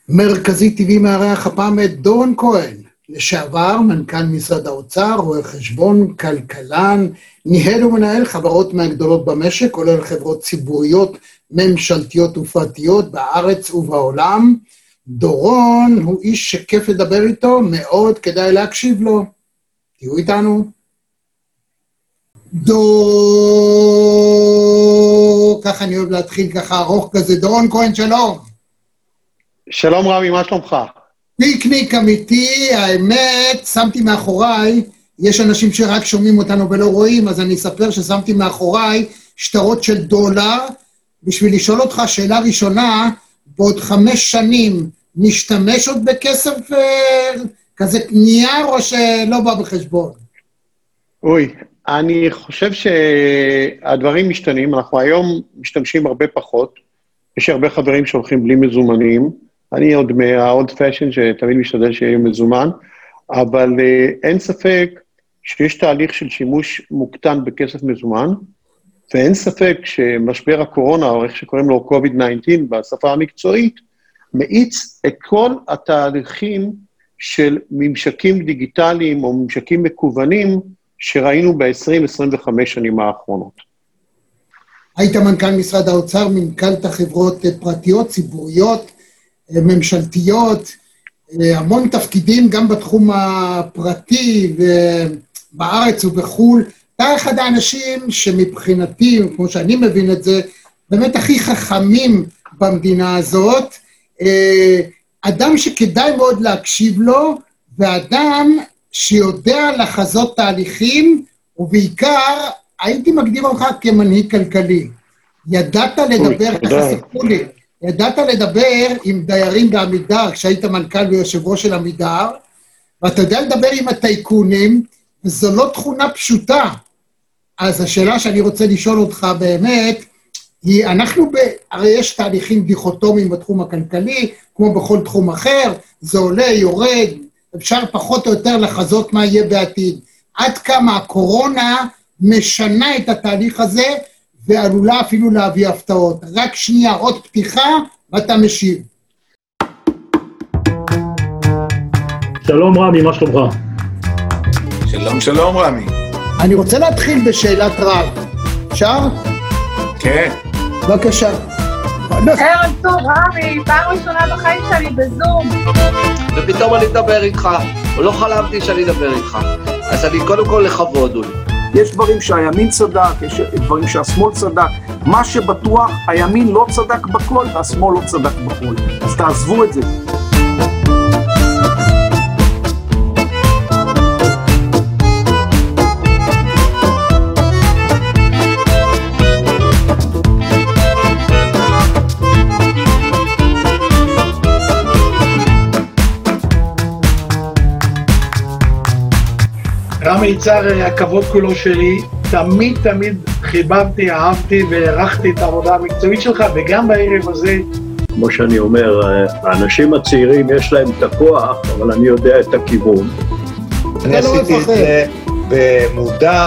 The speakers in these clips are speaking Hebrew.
מרכזי טבעי מארח הפעם את דורון כהן, לשעבר מנכ"ל משרד האוצר, רואה חשבון, כלכלן, ניהל ומנהל חברות מהגדולות במשק, כולל חברות ציבוריות, ממשלתיות ופרטיות בארץ ובעולם. דורון הוא איש שכיף לדבר איתו, מאוד כדאי להקשיב לו. תהיו איתנו. ככה אני אוהב להתחיל ככה ארוך כזה. דורון כהן, שלום. שלום רמי, מה שלומך? פיקניק אמיתי, האמת, שמתי מאחוריי, יש אנשים שרק שומעים אותנו ולא רואים, אז אני אספר ששמתי מאחוריי שטרות של דולר, בשביל לשאול אותך שאלה ראשונה, בעוד 5 שנים נשתמש עוד בכסף כזה נייר או שלא בא בחשבון? אוי, אני חושב שהדברים משתנים, אנחנו היום משתמשים הרבה פחות, יש הרבה חברים שהולכים בלי מזומנים, אני עוד מה-old fashion שתמיד משתדל שיהיה מזומן, אבל אין ספק שיש תהליך של שימוש מוקטן בכסף מזומן, ואין ספק שמשבר הקורונה, או איך שקוראים לו COVID-19 בשפה המקצועית, מאיץ את כל התהליכים של ממשקים דיגיטליים או ממשקים מקוונים שראינו ב-20-25 שנים האחרונות. היית מנכ"ל משרד האוצר, מנכ"לת חברות פרטיות, ציבוריות, ממשלתיות, המון תפקידים גם בתחום הפרטי ובארץ ובחול. אתה אחד האנשים שמבחינתי, כמו שאני מבין את זה, באמת הכי חכמים במדינה הזאת, אדם שכדאי מאוד להקשיב לו, ואדם שיודע לחזות תהליכים, ובעיקר הייתי מגדיר אותך כמנהיג כלכלי. ידעת לדבר, ככה סיפרו לי, ידעת לדבר עם דיירים בעמידר, כשהיית מנכ"ל ויושב ראש של עמידר, ואתה יודע לדבר עם הטייקונים, וזו לא תכונה פשוטה. אז השאלה שאני רוצה לשאול אותך באמת, היא הרי יש תהליכים דיכוטומיים בתחום הכלכלי, כמו בכל תחום אחר, זה עולה, יורד, אפשר פחות או יותר לחזות מה יהיה בעתיד. עד כמה הקורונה משנה את התהליך הזה, ועלולה אפילו להביא הפתעות. רק שנייה, עוד פתיחה, ואתה משיב. שלום רמי, מה שלומך? שלום, שלום רמי. אני רוצה להתחיל בשאלת רב. אפשר? כן. בבקשה. ערב טוב רמי, פעם ראשונה בחיים שלי בזום. ופתאום אני מדבר איתך, לא חלמתי שאני אדבר איתך. אז אני קודם כל לכבוד אולי. יש דברים שהימין צדק, יש דברים שהשמאל צדק. מה שבטוח, הימין לא צדק בכל והשמאל לא צדק בכל. אז תעזבו את זה. רמי יצהר, הכבוד כולו שלי, תמיד חיבבתי, אהבתי והערכתי את העבודה המקצועית שלך, וגם בערב הזה, כמו שאני אומר, האנשים הצעירים יש להם את הכוח, אבל אני יודע את הכיוון. אני עשיתי את זה במודע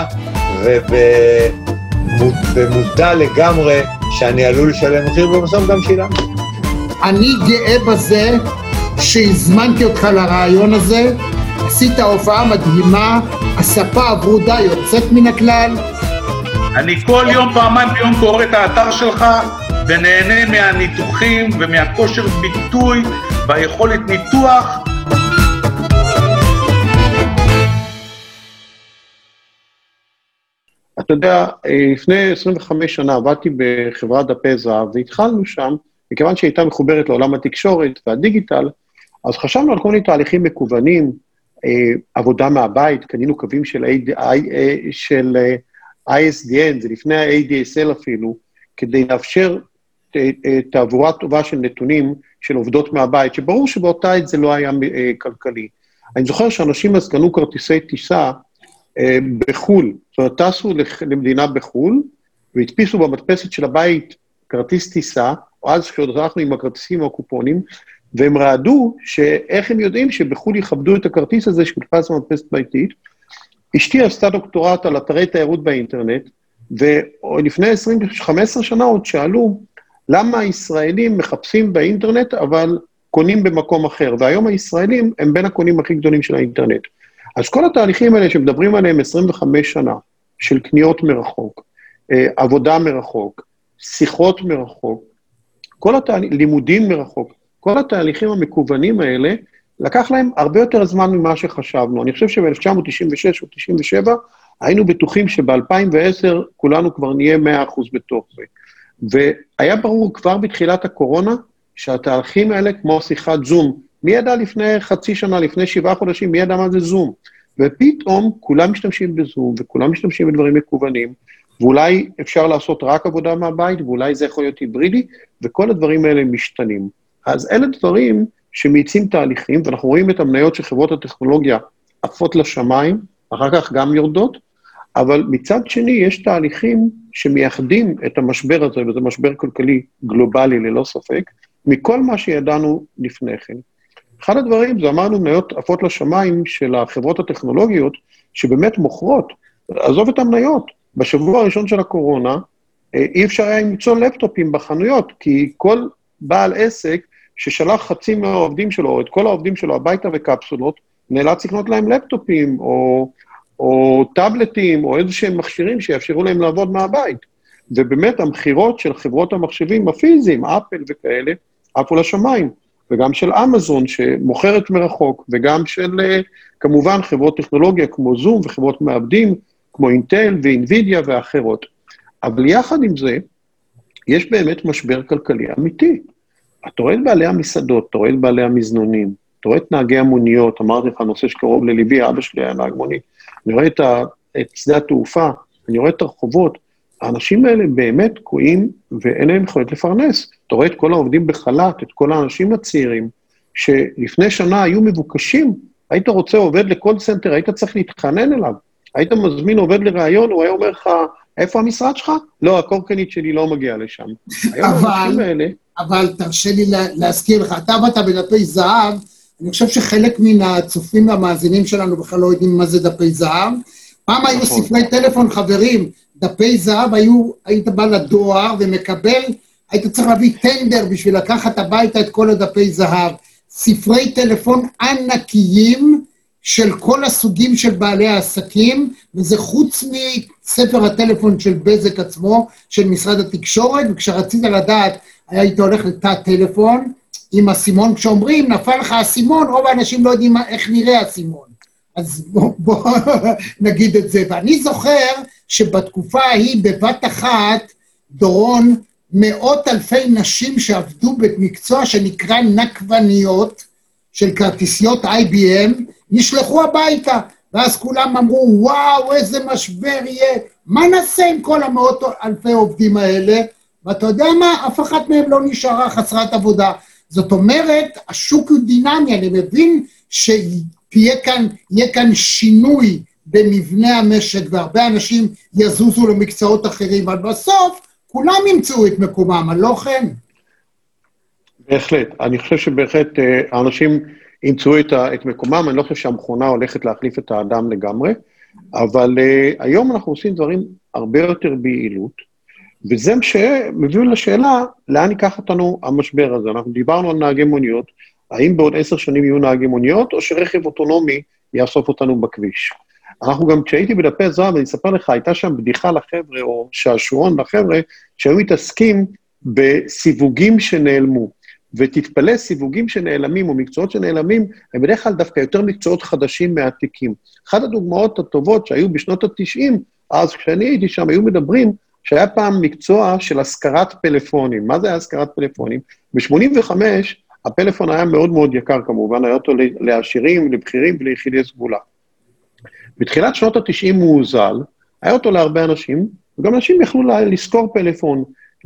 ובמודע לגמרי שאני עלול לשלם מחיר, ובסוף גם שילם. אני גאה בזה שהזמנתי אותך לרעיון הזה, עשית הופעה מדהימה, הספה הברודה יוצאת מן הכלל. אני כל יום, פעמיים ביום קורא את האתר שלך, ונהנה מהניתוחים ומהכושר ביטוי והיכולת ניתוח. אתה יודע, לפני 25 שנה עבדתי בחברת דפי זהב, והתחלנו שם, מכיוון שהייתה מחוברת לעולם התקשורת והדיגיטל, אז חשבנו על כל מיני תהליכים מקוונים, עבודה מהבית, קנינו קווים של ISDN, זה לפני ה-ADSL אפילו, כדי לאפשר תעבורה טובה של נתונים של עובדות מהבית, שברור שבאותה עת זה לא היה כלכלי. אני זוכר שאנשים אז קנו כרטיסי טיסה בחול, זאת אומרת, טסו למדינה בחול, והדפיסו במדפסת של הבית כרטיס טיסה, או אז כשעוד הלכנו עם הכרטיסים או הקופונים, והם רעדו שאיך הם יודעים שבחול יכבדו את הכרטיס הזה שכתפס במדפסת ביתית. אשתי עשתה דוקטורט על אתרי תיירות באינטרנט, ולפני 15 שנה עוד שאלו, למה הישראלים מחפשים באינטרנט, אבל קונים במקום אחר, והיום הישראלים הם בין הקונים הכי גדולים של האינטרנט. אז כל התהליכים האלה שמדברים עליהם 25 שנה, של קניות מרחוק, עבודה מרחוק, שיחות מרחוק, לימודים מרחוק, כל התהליכים המקוונים האלה, לקח להם הרבה יותר זמן ממה שחשבנו. אני חושב שב-1996 או 97, היינו בטוחים שב-2010 כולנו כבר נהיה 100% בתוך זה. והיה ברור כבר בתחילת הקורונה, שהתהליכים האלה כמו שיחת זום, מי ידע לפני חצי שנה, לפני 7 חודשים, מי ידע מה זה זום? ופתאום כולם משתמשים בזום, וכולם משתמשים בדברים מקוונים, ואולי אפשר לעשות רק עבודה מהבית, ואולי זה יכול להיות היברידי, וכל הדברים האלה משתנים. אז אלה דברים שמייצים תהליכים, ואנחנו רואים את המניות של חברות הטכנולוגיה עפות לשמיים, אחר כך גם יורדות, אבל מצד שני יש תהליכים שמייחדים את המשבר הזה, וזה משבר כלכלי גלובלי ללא ספק, מכל מה שידענו לפני כן. אחד הדברים, זה אמרנו מניות עפות לשמיים של החברות הטכנולוגיות, שבאמת מוכרות, עזוב את המניות, בשבוע הראשון של הקורונה, אי אפשר היה למצוא לפטופים בחנויות, כי כל בעל עסק ששלח חצי מהעובדים שלו, או את כל העובדים שלו הביתה וקפסולות, נאלץ לקנות להם לפטופים, או טאבלטים, או איזשהם מכשירים שיאפשרו להם לעבוד מהבית. ובאמת המחירות של חברות המחשבים הפיזיים, אפל וכאלה, עפו לשמיים, וגם של אמזון שמוכרת מרחוק, וגם של כמובן חברות טכנולוגיה כמו זום וחברות מעבדים, כמו אינטל ואינווידיה ואחרות. אבל יחד עם זה, יש באמת משבר כלכלי אמיתי. אתה רואה את בעלי המסעדות, אתה רואה את בעלי המזנונים, אתה רואה את נהגי המוניות, אמרתי לך, נושא שקרוב לליבי, אבא שלי היה נהג מונית, אני רואה את שדה התעופה, אני רואה את הרחובות, האנשים האלה באמת תקועים ואין להם יכולת לפרנס. אתה רואה את כל העובדים בחל"ת, את כל האנשים הצעירים, שלפני שנה היו מבוקשים, היית רוצה עובד לכל סנטר, היית צריך להתחנן אליו, היית מזמין עובד לראיון, הוא היה אומר לך, איפה המשרד שלך? לא, הקורקנית שלי לא מגיעה לשם. אבל תרשה לי להזכיר לך, אתה באת בדפי זהב, אני חושב שחלק מן הצופים והמאזינים שלנו בכלל לא יודעים מה זה דפי זהב. פעם היו ספרי טלפון, חברים, דפי זהב היית בא לדואר ומקבל, היית צריך להביא טנדר בשביל לקחת הביתה את כל הדפי זהב. ספרי טלפון ענקיים של כל הסוגים של בעלי העסקים, וזה חוץ מספר הטלפון של בזק עצמו, של משרד התקשורת, וכשרצית לדעת, היית הולך לתא טלפון עם הסימון, כשאומרים, נפל לך הסימון, רוב האנשים לא יודעים איך נראה הסימון. אז בוא נגיד את זה. ואני זוכר שבתקופה ההיא, בבת אחת, דורון, מאות אלפי נשים שעבדו במקצוע שנקרא נקבניות, של כרטיסיות IBM, נשלחו הביתה, ואז כולם אמרו, וואו, איזה משבר יהיה, מה נעשה עם כל המאות אלפי עובדים האלה? ואתה יודע מה? אף אחת מהם לא נשארה חסרת עבודה. זאת אומרת, השוק הוא דינמי, אני מבין שיהיה כאן שינוי במבנה המשק, והרבה אנשים יזוזו למקצועות אחרים, אבל בסוף כולם ימצאו את מקומם, לא כן? בהחלט, אני חושב שבהחלט האנשים ימצאו את מקומם, אני לא חושב שהמכונה הולכת להחליף את האדם לגמרי, אבל היום אנחנו עושים דברים הרבה יותר ביעילות, וזה מביא לשאלה, לאן ייקח אותנו המשבר הזה? אנחנו דיברנו על נהגי מוניות, האם בעוד 10 שנים יהיו נהגי מוניות, או שרכב אוטונומי יאסוף אותנו בכביש? אנחנו גם, כשהייתי בדפי זהב, אני אספר לך, הייתה שם בדיחה לחבר'ה, או שעשועון לחבר'ה, שהיו מתעסקים בסיווגים שנעלמו. ותתפלא, סיווגים שנעלמים, או מקצועות שנעלמים, הם בדרך כלל דווקא יותר מקצועות חדשים מעתיקים. אחת הדוגמאות הטובות שהיו בשנות ה-90, אז כשאני הייתי שם, היו מדברים, שהיה פעם מקצוע של השכרת פלאפונים. מה זה היה השכרת פלאפונים? ב-85, הפלאפון היה מאוד מאוד יקר כמובן, היה אותו לעשירים, לבכירים וליחידי סגולה. בתחילת שנות ה-90 הוא הוזל, היה אותו להרבה אנשים, וגם אנשים יכלו לשכור פלאפון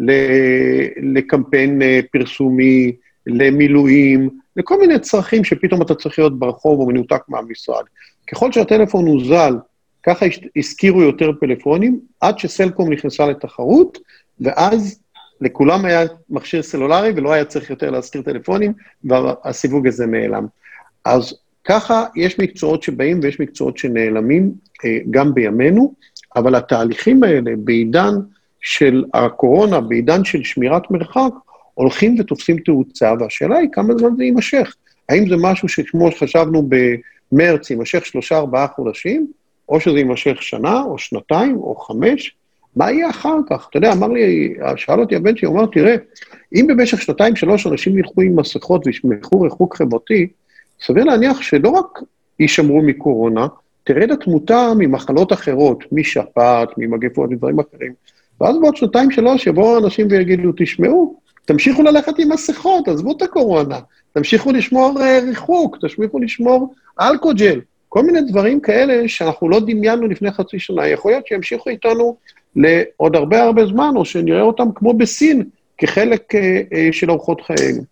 לקמפיין פרסומי, למילואים, לכל מיני צרכים שפתאום אתה צריך להיות ברחוב או מנותק מהמשרד. ככל שהטלפון הוזל, ככה הזכירו יותר פלאפונים, עד שסלקום נכנסה לתחרות, ואז לכולם היה מכשיר סלולרי, ולא היה צריך יותר להזכיר טלפונים, והסיווג הזה נעלם. אז ככה יש מקצועות שבאים ויש מקצועות שנעלמים גם בימינו, אבל התהליכים האלה בעידן של הקורונה, בעידן של שמירת מרחק, הולכים ותופסים תאוצה, והשאלה היא כמה זמן זה יימשך. האם זה משהו שכמו שחשבנו במרץ, יימשך 3-4 חודשים, או שזה יימשך שנה, או שנתיים, או 5, מה יהיה אחר כך? אתה יודע, שאל אותי הבן שלי, הוא אמר, תראה, אם במשך 2-3 אנשים ילכו עם מסכות וישמחו ריחוק חברתי, סביר להניח שלא רק יישמרו מקורונה, תרד התמותה ממחלות אחרות, משפעת, ממגפות, מדברים אחרים, ואז בעוד 2-3 יבואו אנשים ויגידו, תשמעו, תמשיכו ללכת עם מסכות, עזבו את הקורונה, תמשיכו לשמור ריחוק, תמשיכו לשמור אלכוג'ל, כל מיני דברים כאלה שאנחנו לא דמיינו לפני חצי שנה, יכול להיות שימשיכו איתנו לעוד הרבה זמן, או שנראה אותם כמו בסין, כחלק של אורחות חיינו.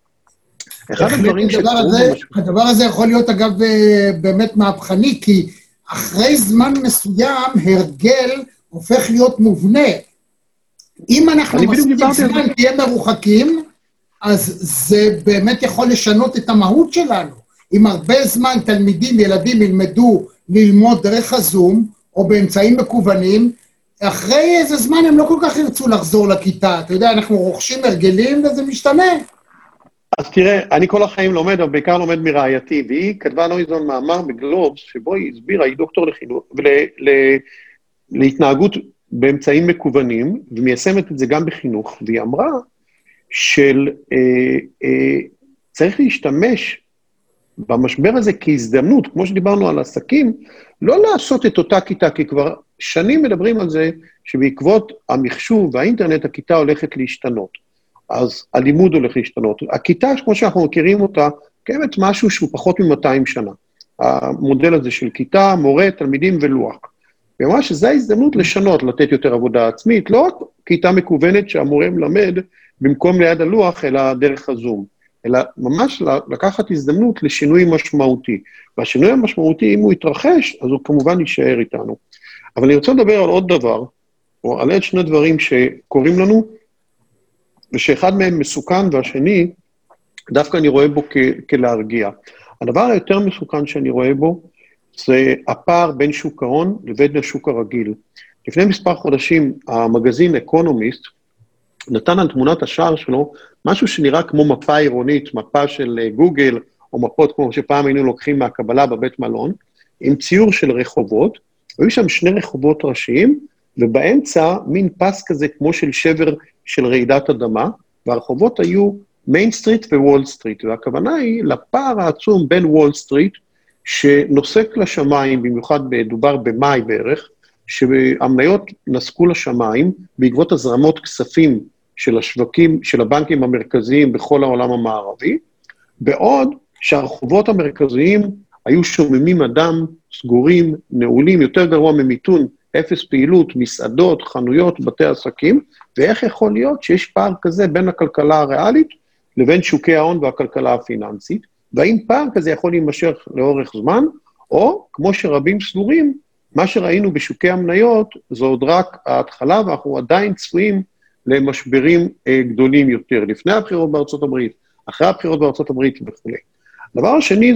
הדבר הזה יכול להיות אגב באמת מהפכני, כי אחרי זמן מסוים הרגל הופך להיות מובנה. אם אנחנו מספיק זמן תהיה מרוחקים, אז זה באמת יכול לשנות את המהות שלנו. אם הרבה זמן תלמידים, ילדים ילמדו ללמוד דרך הזום, או באמצעים מקוונים, אחרי איזה זמן הם לא כל כך ירצו לחזור לכיתה. אתה יודע, אנחנו רוכשים הרגלים וזה משתנה. אז תראה, אני כל החיים לומד, אבל בעיקר לומד מרעייתי, והיא כתבה לא איזון מאמר בגלובס, שבו היא הסבירה, היא דוקטור לחינוך, להתנהגות באמצעים מקוונים, ומיישמת את זה גם בחינוך, והיא אמרה צריך להשתמש במשבר הזה כהזדמנות, כמו שדיברנו על עסקים, לא לעשות את אותה כיתה, כי כבר שנים מדברים על זה, שבעקבות המחשוב והאינטרנט, הכיתה הולכת להשתנות. אז הלימוד הולך להשתנות. הכיתה, כמו שאנחנו מכירים אותה, קיימת משהו שהוא פחות מ-200 שנה. המודל הזה של כיתה, מורה, תלמידים ולוח. וממש שזו ההזדמנות לשנות, לתת יותר עבודה עצמית, לא רק כיתה מקוונת שהמורה מלמד במקום ליד הלוח, אלא דרך הזום. אלא ממש לקחת הזדמנות לשינוי משמעותי. והשינוי המשמעותי, אם הוא יתרחש, אז הוא כמובן יישאר איתנו. אבל אני רוצה לדבר על עוד דבר, או על שני דברים שקוראים לנו, ושאחד מהם מסוכן, והשני, דווקא אני רואה בו כלהרגיע. הדבר היותר מסוכן שאני רואה בו, זה הפער בין שוק ההון לבין השוק הרגיל. לפני מספר חודשים, המגזין אקונומיסט, נתן על תמונת השער שלו, משהו שנראה כמו מפה עירונית, מפה של גוגל, או מפות כמו שפעם היינו לוקחים מהקבלה בבית מלון, עם ציור של רחובות, היו שם 2 רחובות ראשיים, ובאמצע מין פס כזה כמו של שבר של רעידת אדמה, והרחובות היו מיין סטריט ווול סטריט, והכוונה היא לפער העצום בין וול סטריט, שנוסק לשמיים, במיוחד מדובר במאי בערך, שהמניות נסקו לשמיים, בעקבות הזרמות כספים של השווקים, של הבנקים המרכזיים בכל העולם המערבי, בעוד שהרחובות המרכזיים היו שוממים אדם, סגורים, נעולים, יותר גרוע ממיתון, 0 פעילות, מסעדות, חנויות, בתי עסקים, ואיך יכול להיות שיש פער כזה בין הכלכלה הריאלית לבין שוקי ההון והכלכלה הפיננסית, והאם פער כזה יכול להימשך לאורך זמן, או כמו שרבים סבורים, מה שראינו בשוקי המניות, זו עוד רק ההתחלה, ואנחנו עדיין צפויים למשברים גדולים יותר, לפני הבחירות בארצות הברית, אחרי הבחירות בארצות הברית וכו'. הדבר השני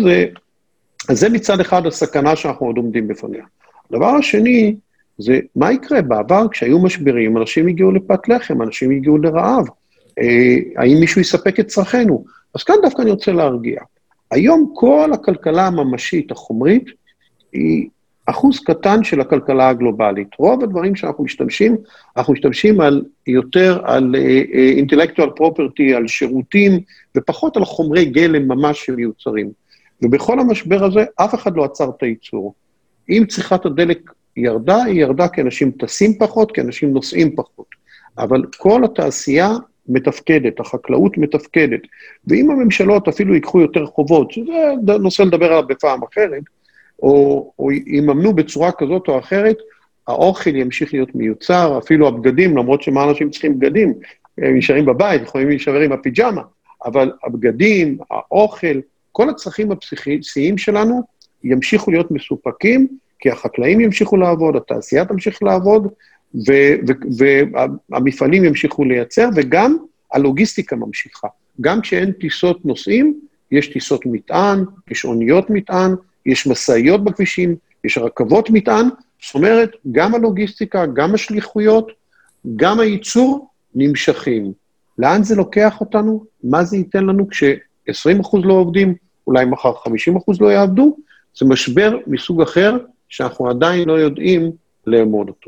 זה מצד אחד הסכנה שאנחנו עוד עומדים בפניה. הדבר השני זה מה יקרה בעבר כשהיו משברים, אנשים הגיעו לפת לחם, אנשים הגיעו לרעב, האם מישהו יספק את צרכנו? אז כאן דווקא אני רוצה להרגיע. היום כל הכלכלה הממשית, החומרית, היא אחוז קטן של הכלכלה הגלובלית. רוב הדברים שאנחנו משתמשים, אנחנו משתמשים יותר על intellectual property, על שירותים, ופחות על חומרי גלם ממש שמיוצרים. ובכל המשבר הזה, אף אחד לא עצר את הייצור. אם צריכת הדלק ירדה, היא ירדה כי אנשים טסים פחות, כי אנשים נוסעים פחות. אבל כל התעשייה מתפקדת, החקלאות מתפקדת. ואם הממשלות אפילו ייקחו יותר חובות, שזה נושא לדבר עליו בפעם אחרת, או יממנו בצורה כזאת או אחרת, האוכל ימשיך להיות מיוצר, אפילו הבגדים, למרות שמה אנשים צריכים בגדים, הם נשארים בבית, יכולים להישאר עם הפיג'מה, אבל הבגדים, האוכל, כל הצרכים הבסיסיים שלנו ימשיכו להיות מסופקים, כי החקלאים ימשיכו לעבוד, התעשייה תמשיך לעבוד, והמפעלים ימשיכו לייצר, וגם הלוגיסטיקה ממשיכה. גם כשאין טיסות נוסעים, יש טיסות מטען, יש אוניות מטען, יש מסעיות בכבישים, יש רכבות מטען, זאת אומרת, גם הלוגיסטיקה, גם השליחויות, גם הייצור נמשכים. לאן זה לוקח אותנו? מה זה ייתן לנו כש-20% לא עובדים, אולי מחר 50% לא יעבדו? זה משבר מסוג אחר, שאנחנו עדיין לא יודעים לאמוד אותו.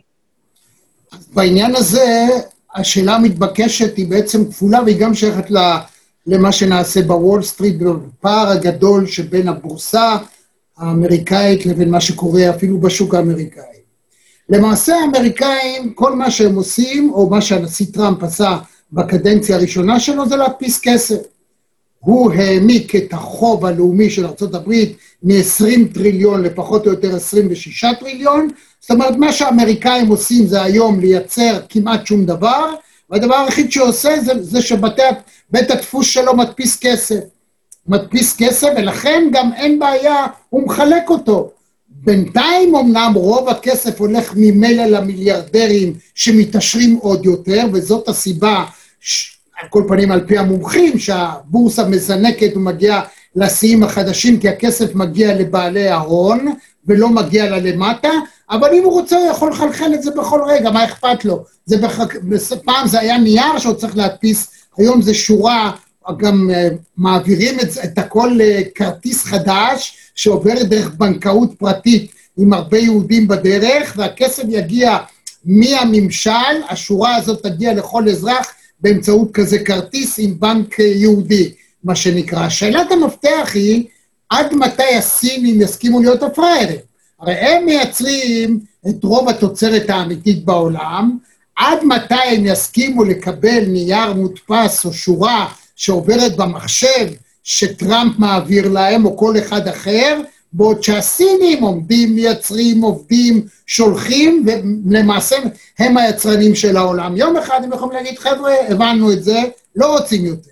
בעניין הזה, השאלה המתבקשת היא בעצם כפולה, והיא גם שייכת למה שנעשה בוול סטריט, בפער הגדול שבין הבורסה האמריקאית לבין מה שקורה אפילו בשוק האמריקאי. למעשה האמריקאים, כל מה שהם עושים, או מה שהנשיא טראמפ עשה בקדנציה הראשונה שלו, זה להדפיס כסף. הוא העמיק את החוב הלאומי של ארצות הברית מ-20 טריליון לפחות או יותר 26 טריליון, זאת אומרת, מה שהאמריקאים עושים זה היום לייצר כמעט שום דבר, והדבר היחיד שעושה זה שבית הדפוס שלו מדפיס כסף. מדפיס כסף, ולכן גם אין בעיה, הוא מחלק אותו. בינתיים אמנם רוב הכסף הולך ממילא למיליארדרים שמתעשרים עוד יותר, וזאת הסיבה, על כל פנים על פי המומחים, שהבורסה מזנקת ומגיעה לשיאים החדשים, כי הכסף מגיע לבעלי ההון, ולא מגיע לה למטה, אבל אם הוא רוצה, הוא יכול לחלחל את זה בכל רגע, מה אכפת לו? פעם זה היה נייר שהוא צריך להדפיס, היום זה שורה, גם מעבירים את הכל לכרטיס חדש, שעובר דרך בנקאות פרטית עם הרבה יהודים בדרך, והכסף יגיע מהממשל, השורה הזאת תגיע לכל אזרח, באמצעות כזה כרטיס עם בנק יהודי, מה שנקרא. שאלת המפתח היא, עד מתי הסינים יסכימו להיות הפראיירים? הרי הם מייצרים את רוב התוצרת האמיתית בעולם, עד מתי הם יסכימו לקבל נייר מודפס או שורה שעוברת במחשב שטראמפ מעביר להם או כל אחד אחר, בעוד שהסינים עומדים, מייצרים, עובדים, שולחים, ולמעשה הם היצרנים של העולם. יום אחד הם יכולים להגיד, חבר'ה, הבנו את זה, לא רוצים יותר.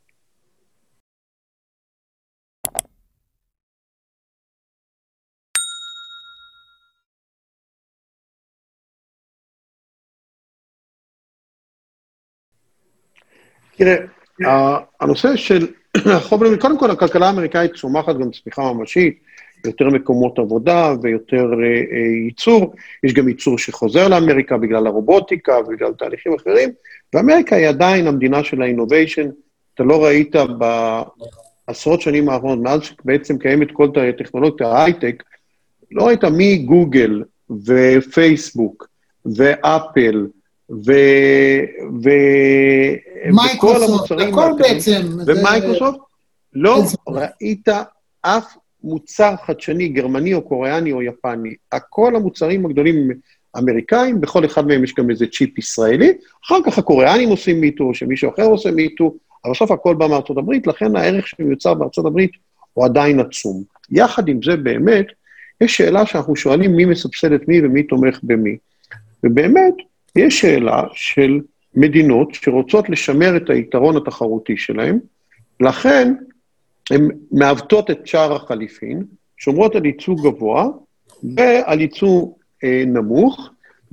תראה, הנושא של החוב, קודם כל הכלכלה האמריקאית צומחת גם צמיחה ממשית, יותר מקומות עבודה ויותר ייצור, יש גם ייצור שחוזר לאמריקה בגלל הרובוטיקה ובגלל תהליכים אחרים, ואמריקה היא עדיין המדינה של האינוביישן, אתה לא ראית בעשרות שנים האחרונות, מאז שבעצם קיימת כל טכנולוגיה ההייטק, לא ראית מגוגל ופייסבוק ואפל, וכל המוצרים, הכל בעצם, ומייקרוסופט, לא ראית אף מוצר חדשני, גרמני או קוריאני או יפני, הכל המוצרים הגדולים אמריקאים, בכל אחד מהם יש גם איזה צ'יפ ישראלי, אחר כך הקוריאנים עושים מיטו, או שמישהו אחר עושה מיטו, אבל בסוף הכל בא מארצות הברית, לכן הערך שמיוצר בארצות הברית הוא עדיין עצום. יחד עם זה באמת, יש שאלה שאנחנו שואלים מי מסבסד את מי ומי תומך במי, ובאמת, יש שאלה של מדינות שרוצות לשמר את היתרון התחרותי שלהם, לכן הן מעוותות את שער החליפין, שומרות על ייצוא גבוה ועל ייצוא נמוך,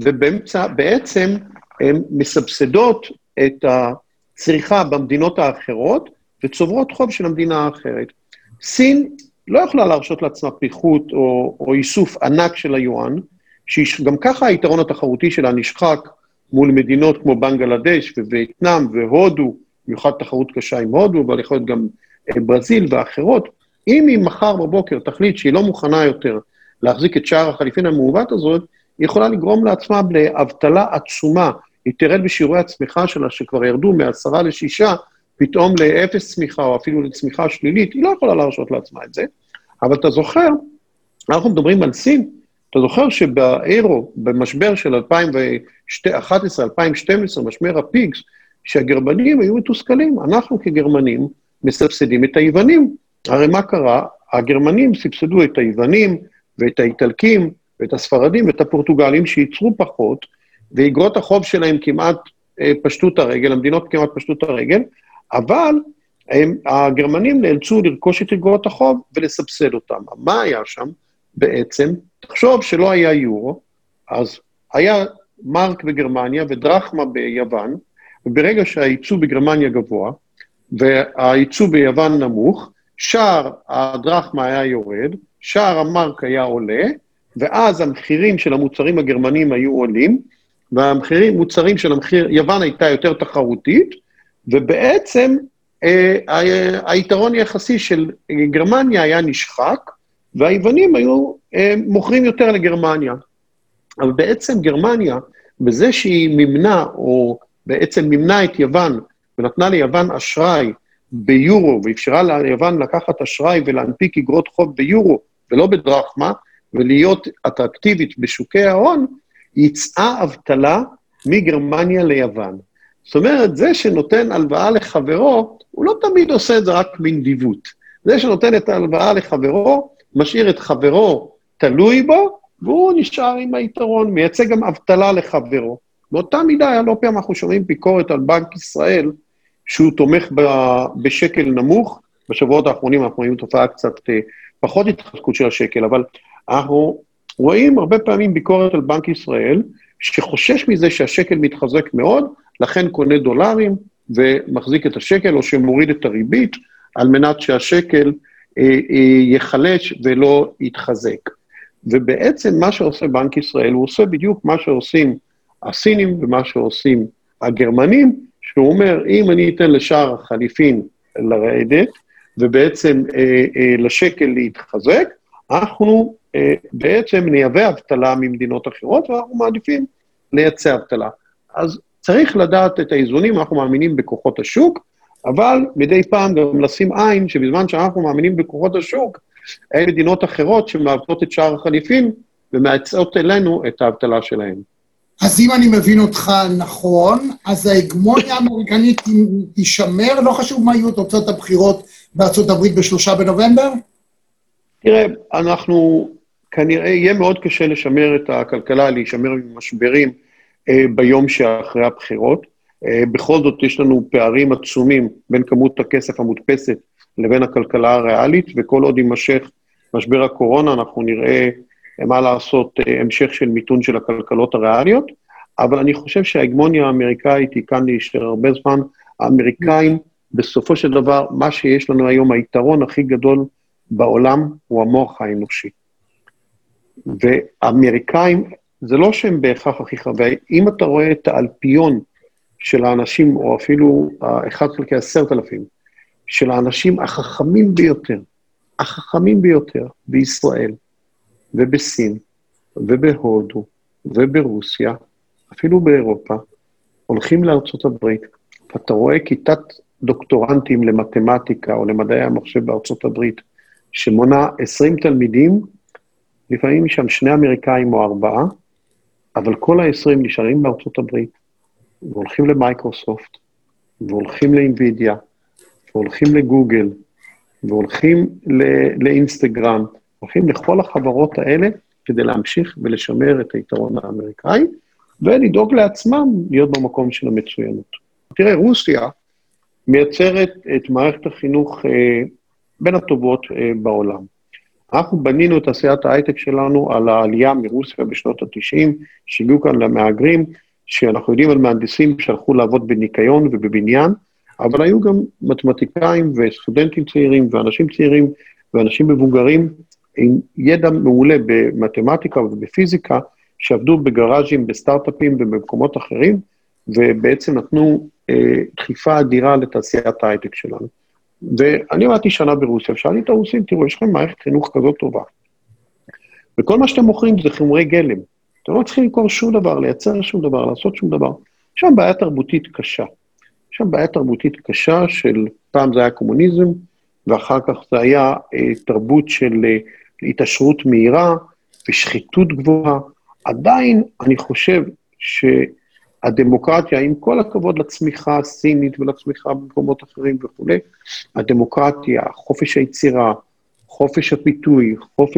ובעצם הן מסבסדות את הצריכה במדינות האחרות, וצוברות חוב של המדינה האחרת. סין לא יכולה להרשות לעצמה פיחות או איסוף ענק של היואן, שגם ככה היתרון התחרותי שלה נשחק מול מדינות כמו בנגלדש ווייטנאם והודו, במיוחד תחרות קשה עם הודו, אבל יכול להיות גם ברזיל ואחרות. אם היא מחר בבוקר תחליט שהיא לא מוכנה יותר להחזיק את שער החליפין המעוות הזאת, היא יכולה לגרום לעצמה לאבטלה עצומה, היא תרד בשיעורי הצמיחה שלה שכבר ירדו מ10 ל6, פתאום ל0 צמיחה או אפילו לצמיחה שלילית, היא לא יכולה להרשות לעצמה את זה, אבל אתה זוכר, אנחנו מדברים על סין, אתה זוכר שבאירו, במשבר של 2011-2012, משבר הפיגס, שהגרמנים היו מתוסכלים, אנחנו כגרמנים מסבסדים את היוונים. הרי מה קרה? הגרמנים סבסדו את היוונים ואת האיטלקים ואת הספרדים ואת הפורטוגלים שייצרו פחות, ואגרות החוב שלהם כמעט פשטו את הרגל, המדינות כמעט פשטו את הרגל, אבל הגרמנים נאלצו לרכוש את אגרות החוב ולסבסד אותם. מה היה שם? בעצם, תחשוב שלא היה יורו, אז היה מרק בגרמניה ודרחמה ביוון, וברגע שהייצוא בגרמניה גבוה, והייצוא ביוון נמוך, שער הדרחמה היה יורד, שער המרק היה עולה, ואז המחירים של המוצרים הגרמנים היו עולים, והמחירים, מוצרים של המחיר, יוון הייתה יותר תחרותית, ובעצם היתרון היחסי של גרמניה היה נשחק, והיוונים היו מוכרים יותר לגרמניה. אבל בעצם גרמניה, בזה שהיא מימנה, או בעצם מימנה את יוון, ונתנה ליוון אשראי ביורו, ואפשרה ליוון לקחת אשראי ולהנפיק אגרות חוב ביורו, ולא בדרחמה, ולהיות אטרקטיבית בשוקי ההון, יצאה אבטלה מגרמניה ליוון. זאת אומרת, זה שנותן הלוואה לחברו, הוא לא תמיד עושה את זה רק מנדיבות. זה שנותן את ההלוואה לחברו, משאיר את חברו תלוי בו, והוא נשאר עם היתרון, מייצא גם אבטלה לחברו. באותה מידה, לא פעם אנחנו שומעים ביקורת על בנק ישראל, שהוא תומך בשקל נמוך, בשבועות האחרונים אנחנו רואים תופעה קצת פחות התחזקות של השקל, אבל אנחנו רואים הרבה פעמים ביקורת על בנק ישראל, שחושש מזה שהשקל מתחזק מאוד, לכן קונה דולרים ומחזיק את השקל, או שמוריד את הריבית, על מנת שהשקל יחלש ולא יתחזק. ובעצם מה שעושה בנק ישראל, הוא עושה בדיוק מה שעושים הסינים ומה שעושים הגרמנים, שהוא אומר, אם אני אתן לשער החליפין לרעדת, ובעצם לשקל להתחזק, אנחנו בעצם נייבא אבטלה ממדינות אחרות, ואנחנו מעדיפים לייצא אבטלה. אז צריך לדעת את האיזונים, אנחנו מאמינים בכוחות השוק, אבל מדי פעם גם לשים עין, שבזמן שאנחנו מאמינים בכוחות השוק, אין מדינות אחרות שמעבדות את שער החליפין, ומייצאות אלינו את האבטלה שלהם. אז אם אני מבין אותך נכון, אז ההגמוניה האמריקנית תישמר, לא חשוב מה יהיו תוצאות הבחירות בארצות הברית ב3 בנובמבר? תראה, אנחנו כנראה יהיה מאוד קשה לשמר את הכלכלה, להישמר ממשברים ביום שאחרי הבחירות. בכל זאת יש לנו פערים עצומים בין כמות הכסף המודפסת לבין הכלכלה הריאלית, וכל עוד יימשך משבר הקורונה, אנחנו נראה מה לעשות המשך של מיתון של הכלכלות הריאליות, אבל אני חושב שההגמוניה האמריקאית היא כאן להישאר הרבה זמן. האמריקאים, בסופו של דבר, מה שיש לנו היום, היתרון הכי גדול בעולם, הוא המוח האנושי. והאמריקאים, זה לא שהם בהכרח הכי חווה, אם אתה רואה את האלפיון של האנשים, או אפילו 1/10,000, של האנשים החכמים ביותר בישראל, ובסין, ובהודו, וברוסיה, אפילו באירופה, הולכים לארצות הברית, ואתה רואה כיתת דוקטורנטים למתמטיקה או למדעי המחשב בארצות הברית, שמונה 20 תלמידים, לפעמים משם 2 אמריקאים או 4, אבל כל ה-20 נשארים בארצות הברית, והולכים למייקרוסופט, והולכים לאינווידיה, והולכים לגוגל, והולכים לאינסטגרם, הולכים לכל החברות האלה, כדי להמשיך ולשמר את היתרון האמריקאי, ולדאוג לעצמם להיות במקום של המצוינות. תראה, רוסיה מייצרת את מערכת החינוך בין הטובות בעולם. אנחנו בנינו את תעשיית ההייטק שלנו על העלייה מרוסיה בשנות ה-90, שהגיעו כאן למהגרים, שאנחנו יודעים על מהנדסים שהלכו לעבוד בניקיון ובבניין, אבל היו גם מתמטיקאים וסטודנטים צעירים ואנשים צעירים ואנשים מבוגרים עם ידע מעולה במתמטיקה ובפיזיקה, שעבדו בגראז'ים, בסטארט-אפים ובמקומות אחרים, ובעצם נתנו דחיפה אדירה לתעשיית ההייטק שלנו. ואני עמדתי שנה ברוסיה, שאלתי את הרוסים, תראו, יש לכם מערכת חינוך כזאת טובה. וכל מה שאתם מוכרים זה חומרי גלם. אתם לא צריכים לקרוא שום דבר, לייצר שום דבר, לעשות שום דבר. יש שם בעיה תרבותית קשה. יש שם בעיה תרבותית קשה של, פעם זה היה קומוניזם, ואחר כך זה היה תרבות של התעשרות מהירה ושחיתות גבוהה. עדיין אני חושב שהדמוקרטיה, עם כל הכבוד לצמיחה הסינית ולצמיחה במקומות אחרים וכו', הדמוקרטיה, חופש היצירה, חופש הפיתוי,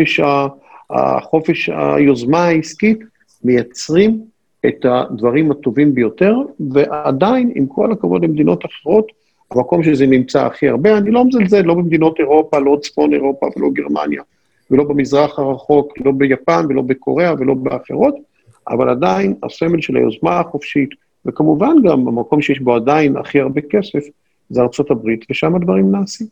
חופש היוזמה העסקית, מייצרים את הדברים הטובים ביותר, ועדיין, עם כל הכבוד למדינות אחרות, המקום שזה נמצא הכי הרבה, אני לא מזלזל, לא במדינות אירופה, לא צפון אירופה ולא גרמניה, ולא במזרח הרחוק, לא ביפן ולא בקוריאה ולא באחרות, אבל עדיין הסמל של היוזמה החופשית, וכמובן גם המקום שיש בו עדיין הכי הרבה כסף, זה ארצות הברית, ושם הדברים נעשים.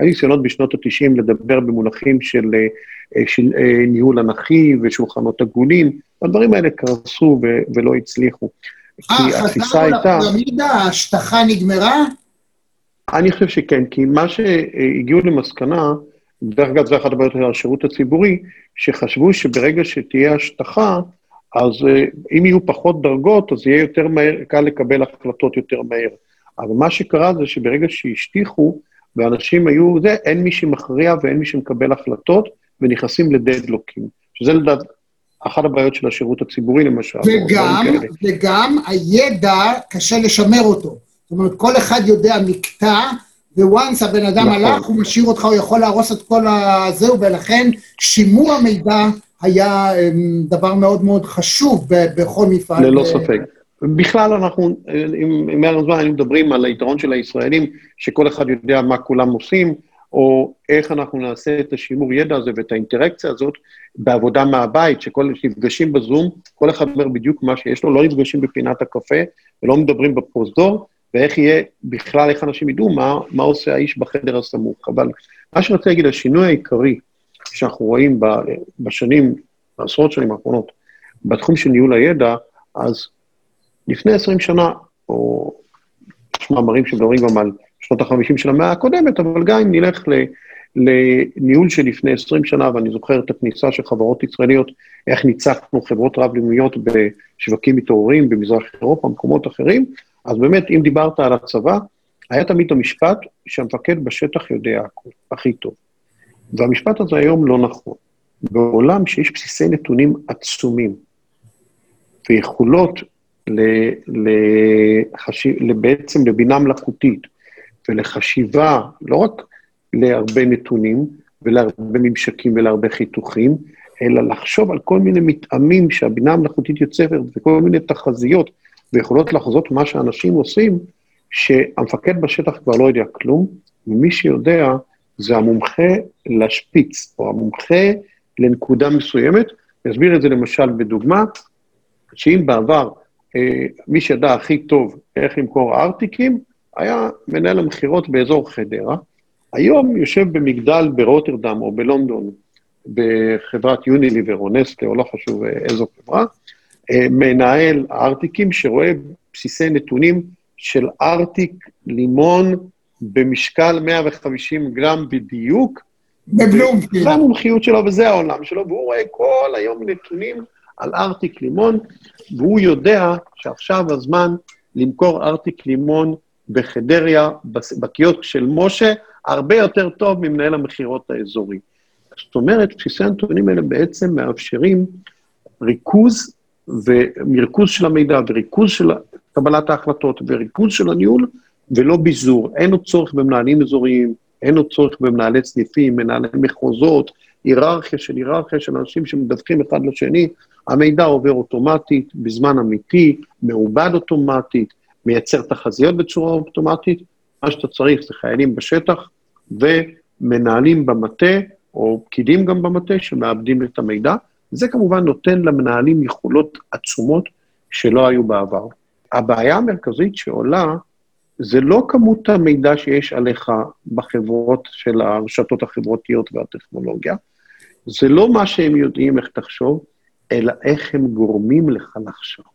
היו ניסיונות בשנות ה-90 לדבר במונחים של ניהול אנכי ושולחנות עגולים, הדברים האלה קרסו ולא הצליחו. חזרנו לפירמידה, ההשטחה נגמרה? אני חושב שכן, כי מה שהגיעו למסקנה, דרך אגב זה אחת הבעיות של השירות הציבורי, שחשבו שברגע שתהיה השטחה, אז אם יהיו פחות דרגות, אז יהיה יותר מהר, קל לקבל החלטות יותר מהר. אבל מה שקרה זה שברגע שהשטיחו, ואנשים היו, אין מי שמכריע ואין מי שמקבל החלטות, ונכנסים לדדלוקים. שזה לדעת, אחת הבעיות של השירות הציבורי למשל. וגם הידע קשה לשמר אותו. זאת אומרת, כל אחד יודע מקטע, וואנס הבן אדם הלך, הוא משאיר אותך, הוא יכול להרוס את כל הזהו, ולכן שימור המידע היה דבר מאוד מאוד חשוב בכל מפעל. ללא ספק. בכלל אנחנו, עם מעל הזמן, היינו מדברים על היתרון של הישראלים, שכל אחד יודע מה כולם עושים, או איך אנחנו נעשה את השימור ידע הזה ואת האינטראקציה הזאת בעבודה מהבית, שכל נפגשים בזום, כל אחד אומר בדיוק מה שיש לו, לא נפגשים בפינת הקפה, ולא מדברים בפרוזדור, ואיך יהיה בכלל, איך אנשים ידעו מה עושה האיש בחדר הסמוך. אבל מה שרציתי להגיד, השינוי העיקרי שאנחנו רואים בשנים, בעשרות שנים האחרונות, בתחום של ניהול הידע, אז לפני 20 שנה, או יש מאמרים שמדברים גם על שנות ה-50 של המאה הקודמת, אבל גם אם נלך לניהול של לפני 20 שנה, ואני זוכר את הכניסה של חברות ישראליות, איך ניצחנו חברות רב-לאומיות בשווקים מתעוררים, במזרח אירופה, במקומות אחרים, אז באמת, אם דיברת על הצבא, היה תמיד המשפט שהמפקד בשטח יודע הכל, הכי טוב. והמשפט הזה היום לא נכון. בעולם שיש בסיסי נתונים עצומים, ויכולות בעצם לבינה מלאכותית, ולחשיבה, לא רק להרבה נתונים, ולהרבה ממשקים ולהרבה חיתוכים, אלא לחשוב על כל מיני מתאמים שהבינה המלאכותית יוצרת, וכל מיני תחזיות, ויכולות לחזות מה שאנשים עושים, שהמפקד בשטח כבר לא יודע כלום, ומי שיודע זה המומחה לשפיץ, או המומחה לנקודה מסוימת, אסביר את זה למשל בדוגמה, שאם בעבר מי שידע הכי טוב איך למכור ארטיקים, היה מנהל המחירות באזור חדרה, היום יושב במגדל ברוטרדם או בלונדון, בחברת יוניליבר או נסטלה, או לא חשוב איזו חברה, מנהל הארטיקים שרואה בסיסי נתונים של ארטיק לימון במשקל 150 גרם בדיוק, בבלומפילד. זה המומחיות שלו וזה העולם שלו, והוא רואה כל היום נתונים על ארטיק לימון, והוא יודע שעכשיו הזמן למכור ארטיק לימון בחדריה, בקיוסק של משה, הרבה יותר טוב ממנהל המחירות האזורי. זאת אומרת, בסיסי הנתונים האלה בעצם מאפשרים ריכוז ומרכוז של המידע, וריכוז של קבלת ההחלטות, וריכוז של הניהול, ולא ביזור. אין עוד צורך במנהלים אזוריים, אין עוד צורך במנהלי סניפים, מנהלי מחוזות, היררכיה של אנשים שמדווחים אחד לשני, המידע עובר אוטומטית, בזמן אמיתי, מעובד אוטומטית, מייצר תחזיות בצורה אוטומטית, מה שאתה צריך זה חיילים בשטח, ומנהלים במטה, או פקידים גם במטה, שמאבדים את המידע, זה כמובן נותן למנהלים יכולות עצומות שלא היו בעבר. הבעיה המרכזית שעולה, זה לא כמות המידע שיש עליך בחברות של הרשתות החברתיות והטכנולוגיה, זה לא מה שהם יודעים איך תחשוב, אלא איך הם גורמים לך לחשוב.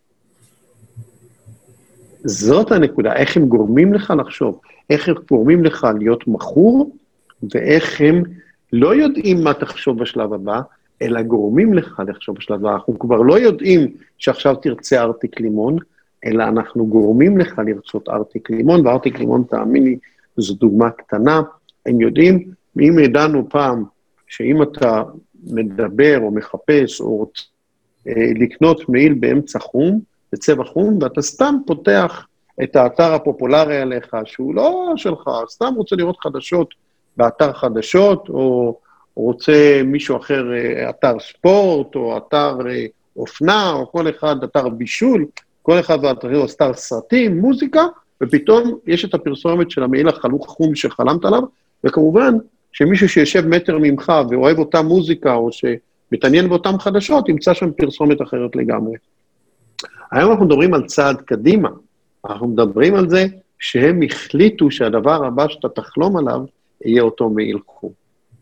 זאת הנקודה, איך הם גורמים לך לחשוב, איך הם גורמים לך להיות מכור, ואיך הם לא יודעים מה תחשוב בשלב הבא, אלא גורמים לך לחשוב בשלב הבא. אנחנו כבר לא יודעים שעכשיו תרצה ארטיק לימון, אלא אנחנו גורמים לך לרצות ארטיק לימון, וארטיק לימון, תאמין לי, זו דוגמה קטנה, הם יודעים, אם ידענו פעם, שאם אתה מדבר או מחפש או רוצה לקנות מעיל באמצע חום, בצבע חום, ואתה סתם פותח את האתר הפופולרי עליך, שהוא לא שלך, סתם רוצה לראות חדשות באתר חדשות, או רוצה מישהו אחר, אתר ספורט, או אתר אופנה, או כל אחד אתר בישול, כל אחד ואתר אתר סרטים, מוזיקה, ופתאום יש את הפרסומת של המעיל החלוק חום שחלמת עליו, וכמובן שמישהו שיושב מטר ממך ואוהב אותה מוזיקה, או שמתעניין באותם חדשות, ימצא שם פרסומת אחרת לגמרי. היום אנחנו מדברים על צעד קדימה, אנחנו מדברים על זה שהם החליטו שהדבר הבא שאתה תחלום עליו, יהיה אותו מעיל חום.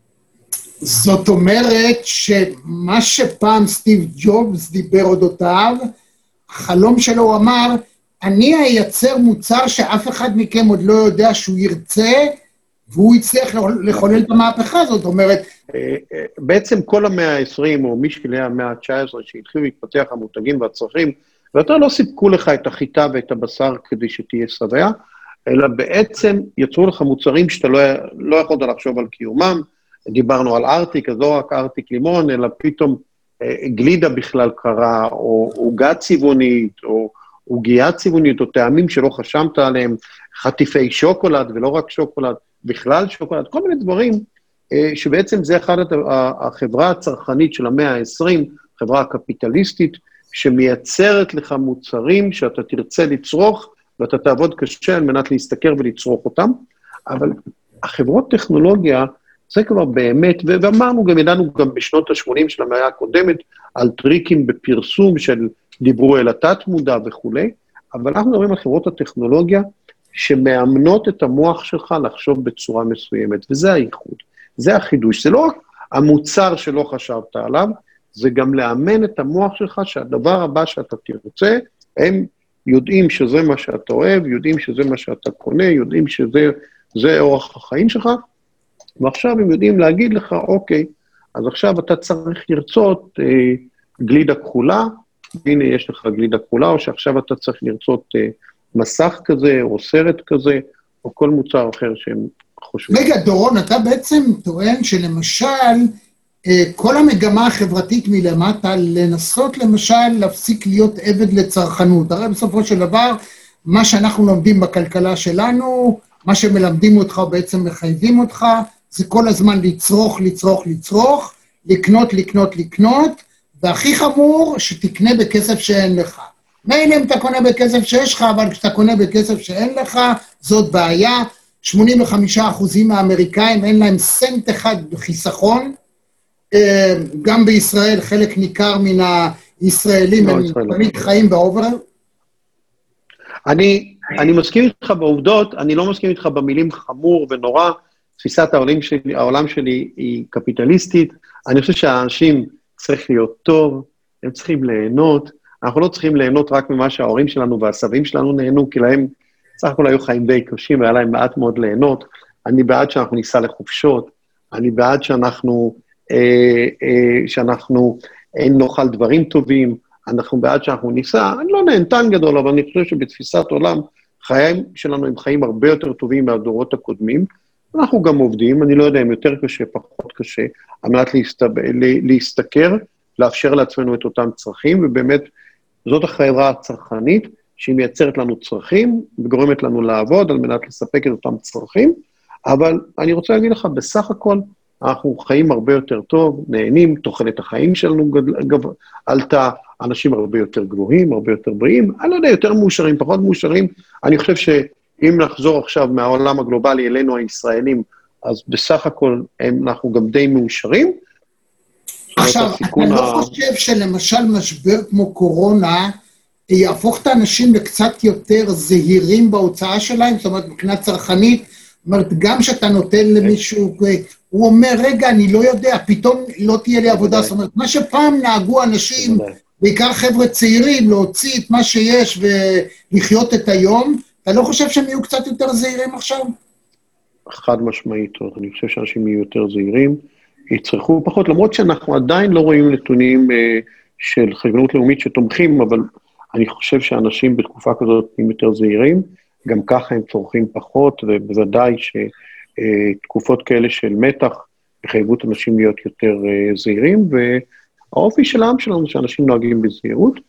זאת אומרת שמה שפעם סטיב ג'ובס דיבר אודותיו, החלום שלו הוא אמר, אני אייצר מוצר שאף אחד מכם עוד לא יודע שהוא ירצה, והוא יצליח לחולל את המהפכה הזאת, זאת אומרת... בעצם כל המאה ה-20, או משלהי המאה ה-19, שהתחילו להתפתח המותגים והצרכים, ויותר לא סיפקו לך את החיטה ואת הבשר כדי שתהיה שבע, אלא בעצם יצרו לך מוצרים שאתה לא יכולת לחשוב על קיומם, דיברנו על ארטיק, אז לא רק ארטיק לימון, אלא פתאום גלידה בכלל קרה, או עוגה צבעונית, או עוגייה צבעונית, או טעמים שלא חשבת עליהם, חטיפי שוקולד, ולא רק שוקולד, בכלל שוקולד, כל מיני דברים, שבעצם זה אחד החברה הצרכנית של המאה ה-20, חברה הקפיטליסטית, שמייצרת לך מוצרים שאתה תרצה לצרוך, ואתה תעבוד קשה על מנת להסתכר ולצרוך אותם, אבל החברות טכנולוגיה, זה כבר באמת, ואמרנו גם, ידענו גם בשנות ה-80 של המאה הקודמת, על טריקים בפרסום של דיברו אל התת-מודע וכו', אבל אנחנו מדברים על חברות הטכנולוגיה, שמאמנות את המוח שלך לחשוב בצורה מסוימת, וזה הייחוד, זה החידוש, זה לא רק המוצר שלא חשבת עליו, זה גם לאמן את המוח שלך, שהדבר הבא שאתה תרצה, הם יודעים שזה מה שאתה אוהב, יודעים שזה מה שאתה קונה, יודעים שזה אורח החיים שלך, ועכשיו הם יודעים להגיד לך, אוקיי, אז עכשיו אתה צריך לרצות גלידה כחולה, הנה יש לך גלידה כחולה, או שעכשיו אתה צריך לרצות מסך כזה, או סרט כזה, או כל מוצר אחר שהם חושבים. רגע, דורון, אתה בעצם טוען שלמשל, כל המגמה החברתית מלמטה, לנסות למשל להפסיק להיות עבד לצרכנות. הרי בסופו של דבר, מה שאנחנו לומדים בכלכלה שלנו, מה שמלמדים אותך או בעצם מחייבים אותך, זה כל הזמן לצרוך, לצרוך, לצרוך, לקנות, לקנות, לקנות, והכי חמור, שתקנה בכסף שאין לך. מילא אם אתה קונה בכסף שיש לך, אבל כשאתה קונה בכסף שאין לך, זאת בעיה. 85% מהאמריקאים אין להם סנט אחד בחיסכון, גם בישראל חלק ניכר מן הישראלים הם תמיד חיים באובר. אני מסכים איתך בעובדות, אני לא מסכים איתך במילים חמור ונורא, תפיסת העולם שלי היא קפיטליסטית, אני חושב שהאנשים צריך להיות טוב, הם צריכים ליהנות, אנחנו לא צריכים ליהנות רק ממה שההורים שלנו והסבים שלנו נהנו, כי להם סך הכל היו חיים די קשים, והיה להם מעט מאוד ליהנות, אני בעד שאנחנו ניסע לחופשות, אני בעד שאנחנו נאכל דברים טובים, אנחנו בעד שאנחנו ניסע, אני לא נהנתן גדול, אבל אני חושב שבתפיסת עולם, חיים שלנו הם חיים הרבה יותר טובים מהדורות הקודמים, אנחנו גם עובדים, אני לא יודע אם יותר קשה, פחות קשה, על מנת להסתכר, לאפשר לעצמנו את אותם צרכים, ובאמת זאת החברה הצרכנית, שהיא מייצרת לנו צרכים, וגורמת לנו לעבוד על מנת לספק את אותם צרכים, אבל אני רוצה להגיד לך, בסך הכל, אנחנו חיים הרבה יותר טוב, נהנים, תוחלת החיים שלנו עלתה, אנשים הרבה יותר גבוהים, הרבה יותר בריאים, אני לא יודע, יותר מאושרים, פחות מאושרים, אני חושב שאם נחזור עכשיו מהעולם הגלובלי אלינו הישראלים, אז בסך הכל אנחנו גם די מאושרים. עכשיו, אני לא חושב שלמשל משבר כמו קורונה, יהפוך את האנשים לקצת יותר זהירים בהוצאה שלהם, זאת אומרת, מבחינה צרכנית, זאת אומרת, גם שאתה נותן למישהו, הוא אומר, רגע, אני לא יודע, פתאום לא תהיה לי עבודה, זאת אומרת, מה שפעם נהגו אנשים, בעיקר חבר'ה צעירים, להוציא את מה שיש ולחיות את היום, אתה לא חושב שהם יהיו קצת יותר זהירים עכשיו? חד משמעית, אני חושב שאנשים יהיו יותר זהירים, יצרכו פחות, למרות שאנחנו עדיין לא רואים נתונים של חשבונות לאומית שתומכים, אבל אני חושב שאנשים בתקופה כזאת הם יותר זהירים, גם ככה הם צורכים פחות, ובוודאי שתקופות כאלה של מתח, יחייבו את אנשים להיות יותר זהירים, והאופי של העם שלנו שאנשים נוהגים בזהירות.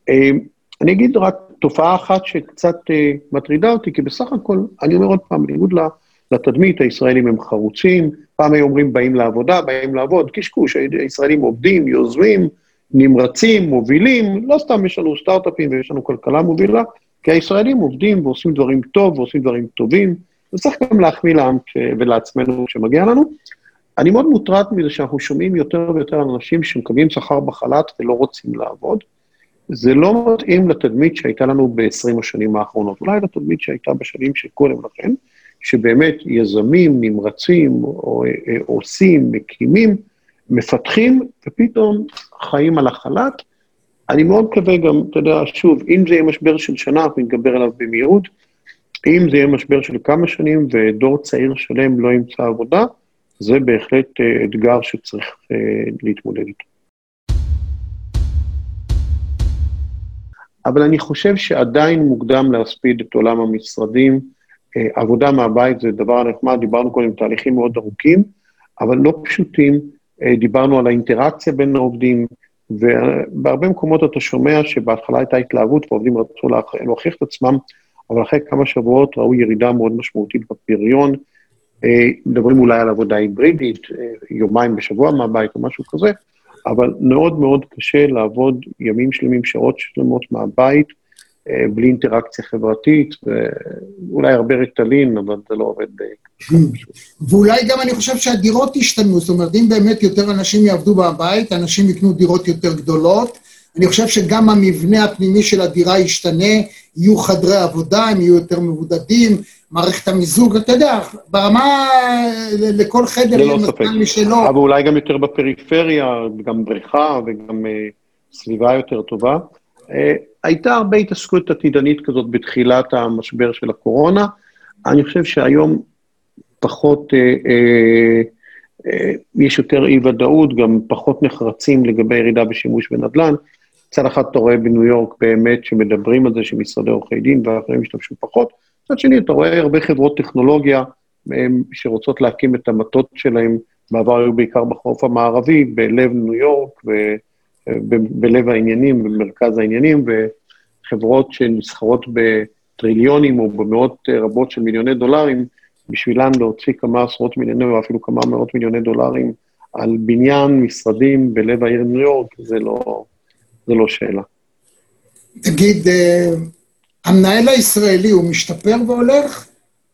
אני אגיד רק תופעה אחת שקצת מטרידה אותי, כי בסך הכל, אני אומר עוד פעם, בניגוד לתדמית, הישראלים הם חרוצים, פעם היו אומרים באים לעבודה, באים לעבוד, קשקוש, הישראלים עובדים, יוזמים, נמרצים, מובילים, לא סתם יש לנו סטארט-אפים ויש לנו כלכלה מובילה, כי הישראלים עובדים ועושים דברים טוב ועושים דברים טובים, וצריך גם להחמיא לעם ולעצמנו שמגיע לנו. אני מאוד מוטרד מזה שאנחנו שומעים יותר ויותר אנשים שמקבלים שכר בחל"ת ולא רוצים לעבוד. זה לא מתאים לתדמית שהייתה לנו ב-20 השנים האחרונות, אולי לתדמית שהייתה בשנים שקודם לכן, שבאמת יזמים, נמרצים, או עושים, מקימים, מפתחים, ופתאום חיים על החלט. אני מאוד מקווה גם, אתה יודע, שוב, אם זה יהיה משבר של שנה, אנחנו נתגבר עליו במהירות, אם זה יהיה משבר של כמה שנים, ודור צעיר שלם לא ימצא עבודה, זה בהחלט אתגר שצריך להתמודד איתו. אבל אני חושב שעדיין מוקדם להספיד את עולם המשרדים, עבודה מהבית זה דבר נחמד, דיברנו קודם תהליכים מאוד ארוכים, אבל לא פשוטים, דיברנו על האינטראקציה בין העובדים, ובהרבה מקומות אתה שומע שבהתחלה הייתה התלהבות, והעובדים רצו להוכיח את עצמם, אבל אחרי כמה שבועות ראו ירידה מאוד משמעותית בפריון, מדברים אולי על עבודה היברידית, יומיים בשבוע מהבית או משהו כזה, אבל מאוד מאוד קשה לעבוד ימים שלמים, שעות שלמות מהבית, בלי אינטראקציה חברתית, ואולי הרבה ריטלין, אבל זה לא עובד. ואולי גם אני חושב שהדירות ישתנו, זאת אומרת, אם באמת יותר אנשים יעבדו בבית, אנשים יקנו דירות יותר גדולות, אני חושב שגם המבנה הפנימי של הדירה ישתנה, יהיו חדרי עבודה, הם יהיו יותר מבודדים, מערכת המיזוג, אתה יודע, ברמה לכל חדר יהיה מספן משלו. אבל אולי גם יותר בפריפריה, גם בריכה וגם סביבה יותר טובה. הייתה הרבה התעסקות עתידנית כזאת בתחילת המשבר של הקורונה, אני חושב שהיום פחות, יש יותר אי-ודאות, גם פחות נחרצים לגבי ירידה בשימוש בנדל"ן, צד אחד אתה רואה בניו יורק באמת שמדברים על זה שמשרדי עורכי דין ואחרים משתמשו פחות, צד שני אתה רואה הרבה חברות טכנולוגיה שרוצות להקים את המטות שלהם, בעבר היו בעיקר בחוף המערבי, בלב ניו יורק ובלב העניינים, במרכז העניינים, וחברות שנסחרות בטריליונים או במאות רבות של מיליוני דולרים, בשבילן להוציא כמה עשרות מיליוני או אפילו כמה מאות מיליוני דולרים על בניין משרדים בלב העיר ניו יורק, זה לא שאלה. תגיד, המנהל הישראלי הוא משתפר והולך?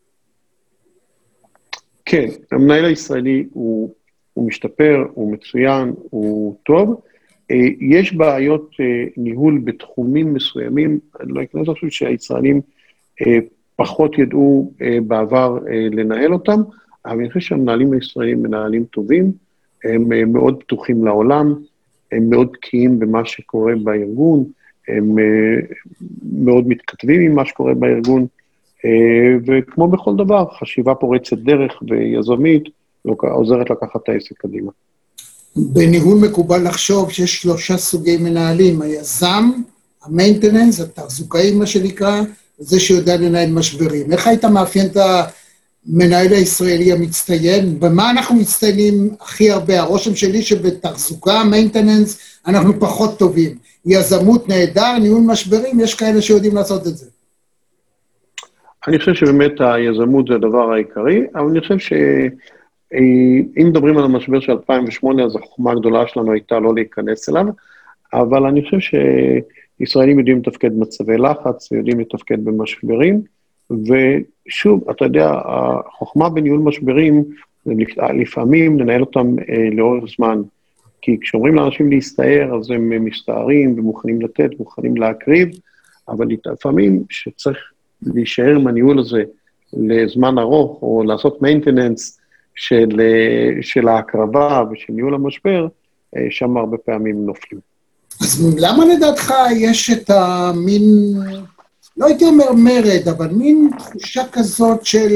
כן, המנהל הישראלי הוא משתפר, הוא מצוין, הוא טוב. יש בעיות ניהול בתחומים מסוימים, אני לא אכנס לחשוב שהישראלים פחות ידעו בעבר לנהל אותם, אבל אני חושב שהמנהלים הישראלים מנהלים טובים, הם מאוד פתוחים לעולם, הם מאוד בקיאים במה שקורה בארגון, הם מאוד מתכתבים עם מה שקורה בארגון, וכמו בכל דבר, חשיבה פורצת דרך ויזמית, עוזרת לקחת את העסק קדימה. בניהול מקובל לחשוב שיש 3 סוגי מנהלים, היזם, המיינטננס, התחזוקאי מה שנקרא, זה שיודע לנהל משברים. איך היית מאפיין את המנהל הישראלי המצטיין? במה אנחנו מצטיינים הכי הרבה? הרושם שלי שבתחזוקה, מיינטננס, אנחנו פחות טובים. יזמות נהדר, ניהול משברים, יש כאלה שיודעים לעשות את זה. אני חושב שבאמת היזמות זה הדבר העיקרי, אבל אני חושב שאם מדברים על המשבר של 2008, אז החוכמה הגדולה שלנו הייתה לא להיכנס אליו, אבל אני חושב שישראלים יודעים לתפקד במצבי לחץ, יודעים לתפקד במשברים, ושוב, אתה יודע, החוכמה בניהול משברים, לפעמים לנהל אותם לאורך זמן, כי כשאומרים לאנשים להסתער, אז הם מסתערים ומוכנים לתת, מוכנים להקריב, אבל לפעמים שצריך להישאר עם הניהול הזה לזמן ארוך, או לעשות maintenance של ההקרבה ושל ניהול המשבר, שם הרבה פעמים נופלים. אז למה לדעתך יש את המין, לא הייתי אומר מרד, אבל מין תחושה כזאת של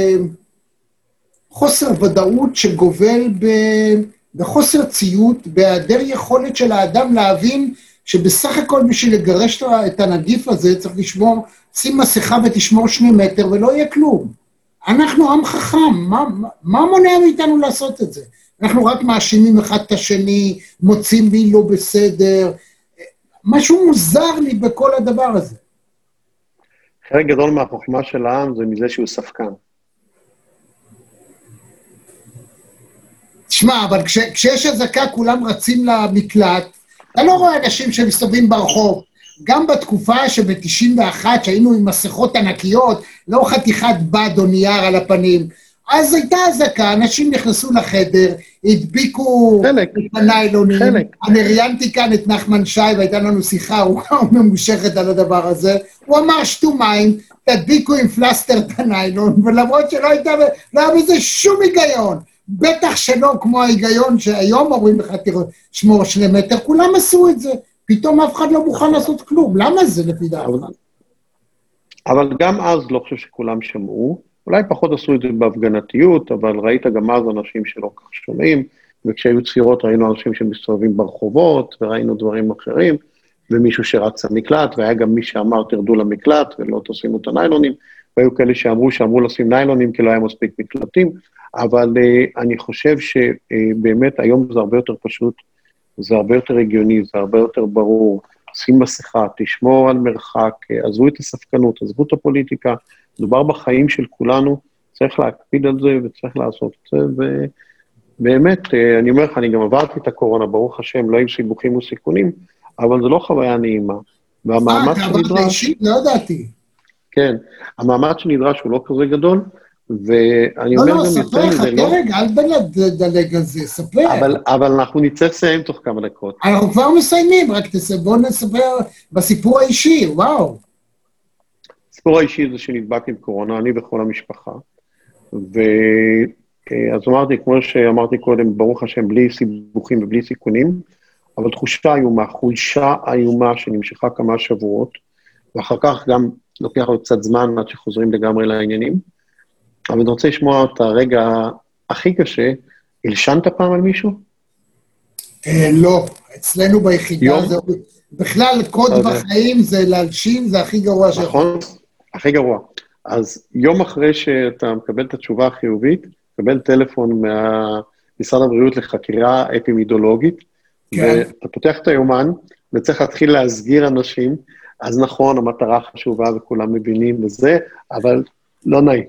חוסר ודאות שגובל בחוסר ציות, בהיעדר יכולת של האדם להבין שבסך הכל בשביל לגרש את הנגיף הזה צריך לשמור, שים מסכה ותשמור 2 מטר ולא יהיה כלום. אנחנו עם חכם, מה מונע מאיתנו לעשות את זה? אנחנו רק מאשימים אחד את השני, מוצאים בי לא בסדר, משהו מוזר לי בכל הדבר הזה. חלק גדול מהחוכמה של העם זה מזה שהוא ספקן. תשמע, אבל כשיש הזקה כולם רצים למקלט, אתה לא רואה אנשים שמסתובבים ברחוב, גם בתקופה שב-91 שהיינו עם מסכות ענקיות, לא חתיכת בד או נייר על הפנים, אז הייתה אזעקה, אנשים נכנסו לחדר, הדביקו את הניילונים, אני ראיינתי כאן את נחמן שי, והייתה לנו שיחה, הוא ממושכת על הדבר הזה, הוא אמר שתו מים, תדביקו עם פלסטר את הניילון, ולמרות שלא היה בזה שום היגיון, בטח שלא כמו ההיגיון שהיום אומרים לך, תראו, שמור 2 מטר, כולם עשו את זה, פתאום אף אחד לא מוכן לעשות כלום, למה זה לפי דעתך? אבל גם אז לא חושב שכולם שמעו, אולי פחות עשו את זה בהפגנתיות, אבל ראית גם אז אנשים שלא כך שומעים, וכשהיו צפירות ראינו אנשים שמסתובבים ברחובות, וראינו דברים אחרים, ומישהו שרץ למקלט, והיה גם מי שאמר תרדו למקלט, ולא תשימו את הניילונים, והיו כאלה שאמרו לשים ניילונים, כי לא היה מספיק מקלטים, אבל אני חושב שבאמת היום זה הרבה יותר פשוט, זה הרבה יותר הגיוני, זה הרבה יותר ברור, שים מסכה, תשמור על מרחק, עזבו את הספקנות, עזבו את הפוליטיקה, מדובר בחיים של כולנו, צריך להקפיד על זה וצריך לעשות את זה, ובאמת, אני אומר לך, אני גם עברתי את הקורונה, ברוך השם, לא עם סיבוכים וסיכונים, אבל זו לא חוויה נעימה. והמאמץ שנדרש... לא ידעתי. כן, המאמץ שנדרש הוא לא כזה גדול, ואני אומר גם יותר מזה, לא, רגע, אל דלג על זה, ספר. אבל אנחנו נצטרך לסיים תוך כמה דקות. אנחנו כבר מסיימים, רק בואו נספר בסיפור האישי, וואו. הסיפור האישי זה שנדבק עם קורונה, אני וכל המשפחה, אז אמרתי, כמו שאמרתי קודם, ברוך השם, בלי סיבוכים ובלי סיכונים, אבל תחושה איומה, חולשה איומה שנמשכה כמה שבועות, ואחר כך גם לוקח עוד קצת זמן עד שחוזרים לגמרי לעניינים, אבל אני רוצה לשמוע את הרגע הכי קשה, הלשנת פעם על מישהו? לא, אצלנו ביחידה, בכלל קוד בחיים זה להלשין, זה הכי גרוע שלך. נכון, הכי גרוע. אז יום אחרי שאתה מקבל את התשובה החיובית, מקבל טלפון ממשרד הבריאות לחקירה אפידמיולוגית, ואתה פותח את היומן, וצריך להתחיל להסגיר אנשים, אז נכון, המטרה חשובה וכולם מבינים לזה, אבל לא נעים.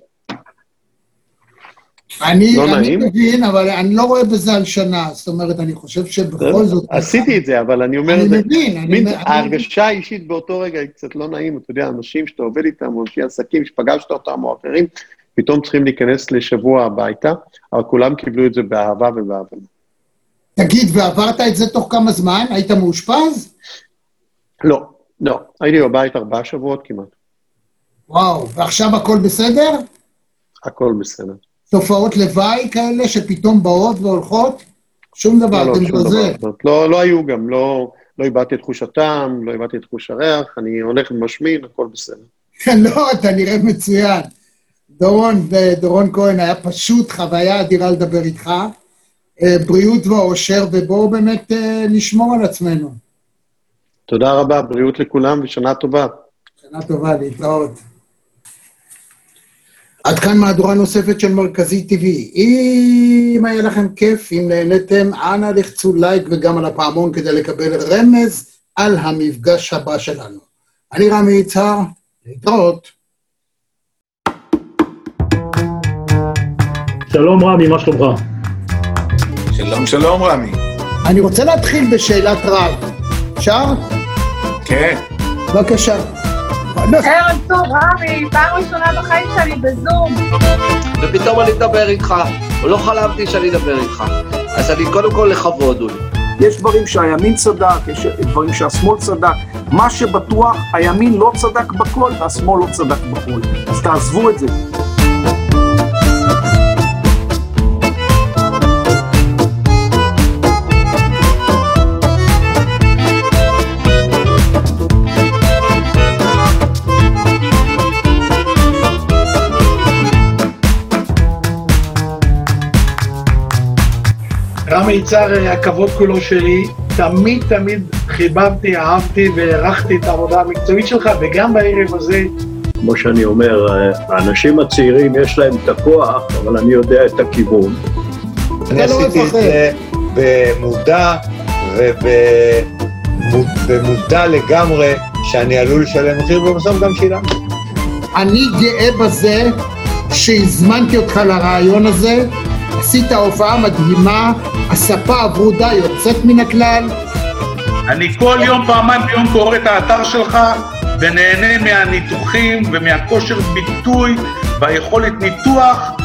אני מבין, אבל אני לא רואה בזה על שנה, זאת אומרת, אני חושב שבכל זאת... עשיתי את זה, אבל אני אומר... אני מבין. ההרגשה האישית באותו רגע היא קצת לא נעים, אתה יודע, אנשים שאתה עובד איתם, או אנשי עסקים, שפגשת אותם או אחרים, פתאום צריכים להיכנס לשבוע הביתה, אבל כולם קיבלו את זה באהבה ובהבנה. תגיד, ועברת את זה תוך כמה זמן? היית מאושפז? לא, הייתי בבית 4 שבועות כמעט. וואו, ועכשיו הכל בסדר? הכל בסדר. תופעות לוואי כאלה שפתאום באות והולכות? שום דבר, אתם בזה. לא היו גם, לא איבדתי את תחוש הטעם, לא איבדתי את תחוש הריח, אני הולך ומשמין, הכל בסדר. לא, אתה נראה מצוין. דורון כהן, היה פשוט חוויה אדירה לדבר איתך, בריאות ואושר, ובואו באמת נשמור על עצמנו. תודה רבה, בריאות לכולם ושנה טובה. שנה טובה, להתראות. עד כאן מהדורה נוספת של מרכזי TV. אם היה לכם כיף, אם נהנתם, אנא לחצו לייק וגם על הפעמון כדי לקבל רמז על המפגש הבא שלנו. אני רמי יצהר, להתראות. שלום רמי, מה שלומך? שלום רמי. אני רוצה להתחיל בשאלת רב. אפשר? כן. בבקשה. ערב טוב, רמי, פעם ראשונה בחיים שלי בזום. ופתאום אני מדבר איתך, לא חלמתי שאני אדבר איתך. אז אני קודם כל לכבוד, אולי. יש דברים שהימין צדק, יש דברים שהשמאל צדק. מה שבטוח, הימין לא צדק בכל והשמאל לא צדק בכל. אז תעזבו את זה. רמי יצהר, הכבוד כולו שלי, תמיד חיבבתי, אהבתי והערכתי את העבודה המקצועית שלך, וגם בערב הזה, כמו שאני אומר, האנשים הצעירים יש להם את הכוח, אבל אני יודע את הכיוון. אני עשיתי את זה במודע ובמודע לגמרי שאני עלול לשלם מחיר, ובסוף גם שילם. אני גאה בזה שהזמנתי אותך לרעיון הזה, עשית הופעה מדהימה, הספה הברודה יוצאת מן הכלל. אני כל יום, פעמיים ביום קורא את האתר שלך, ונהנה מהניתוחים ומהכושר ביטוי והיכולת ניתוח,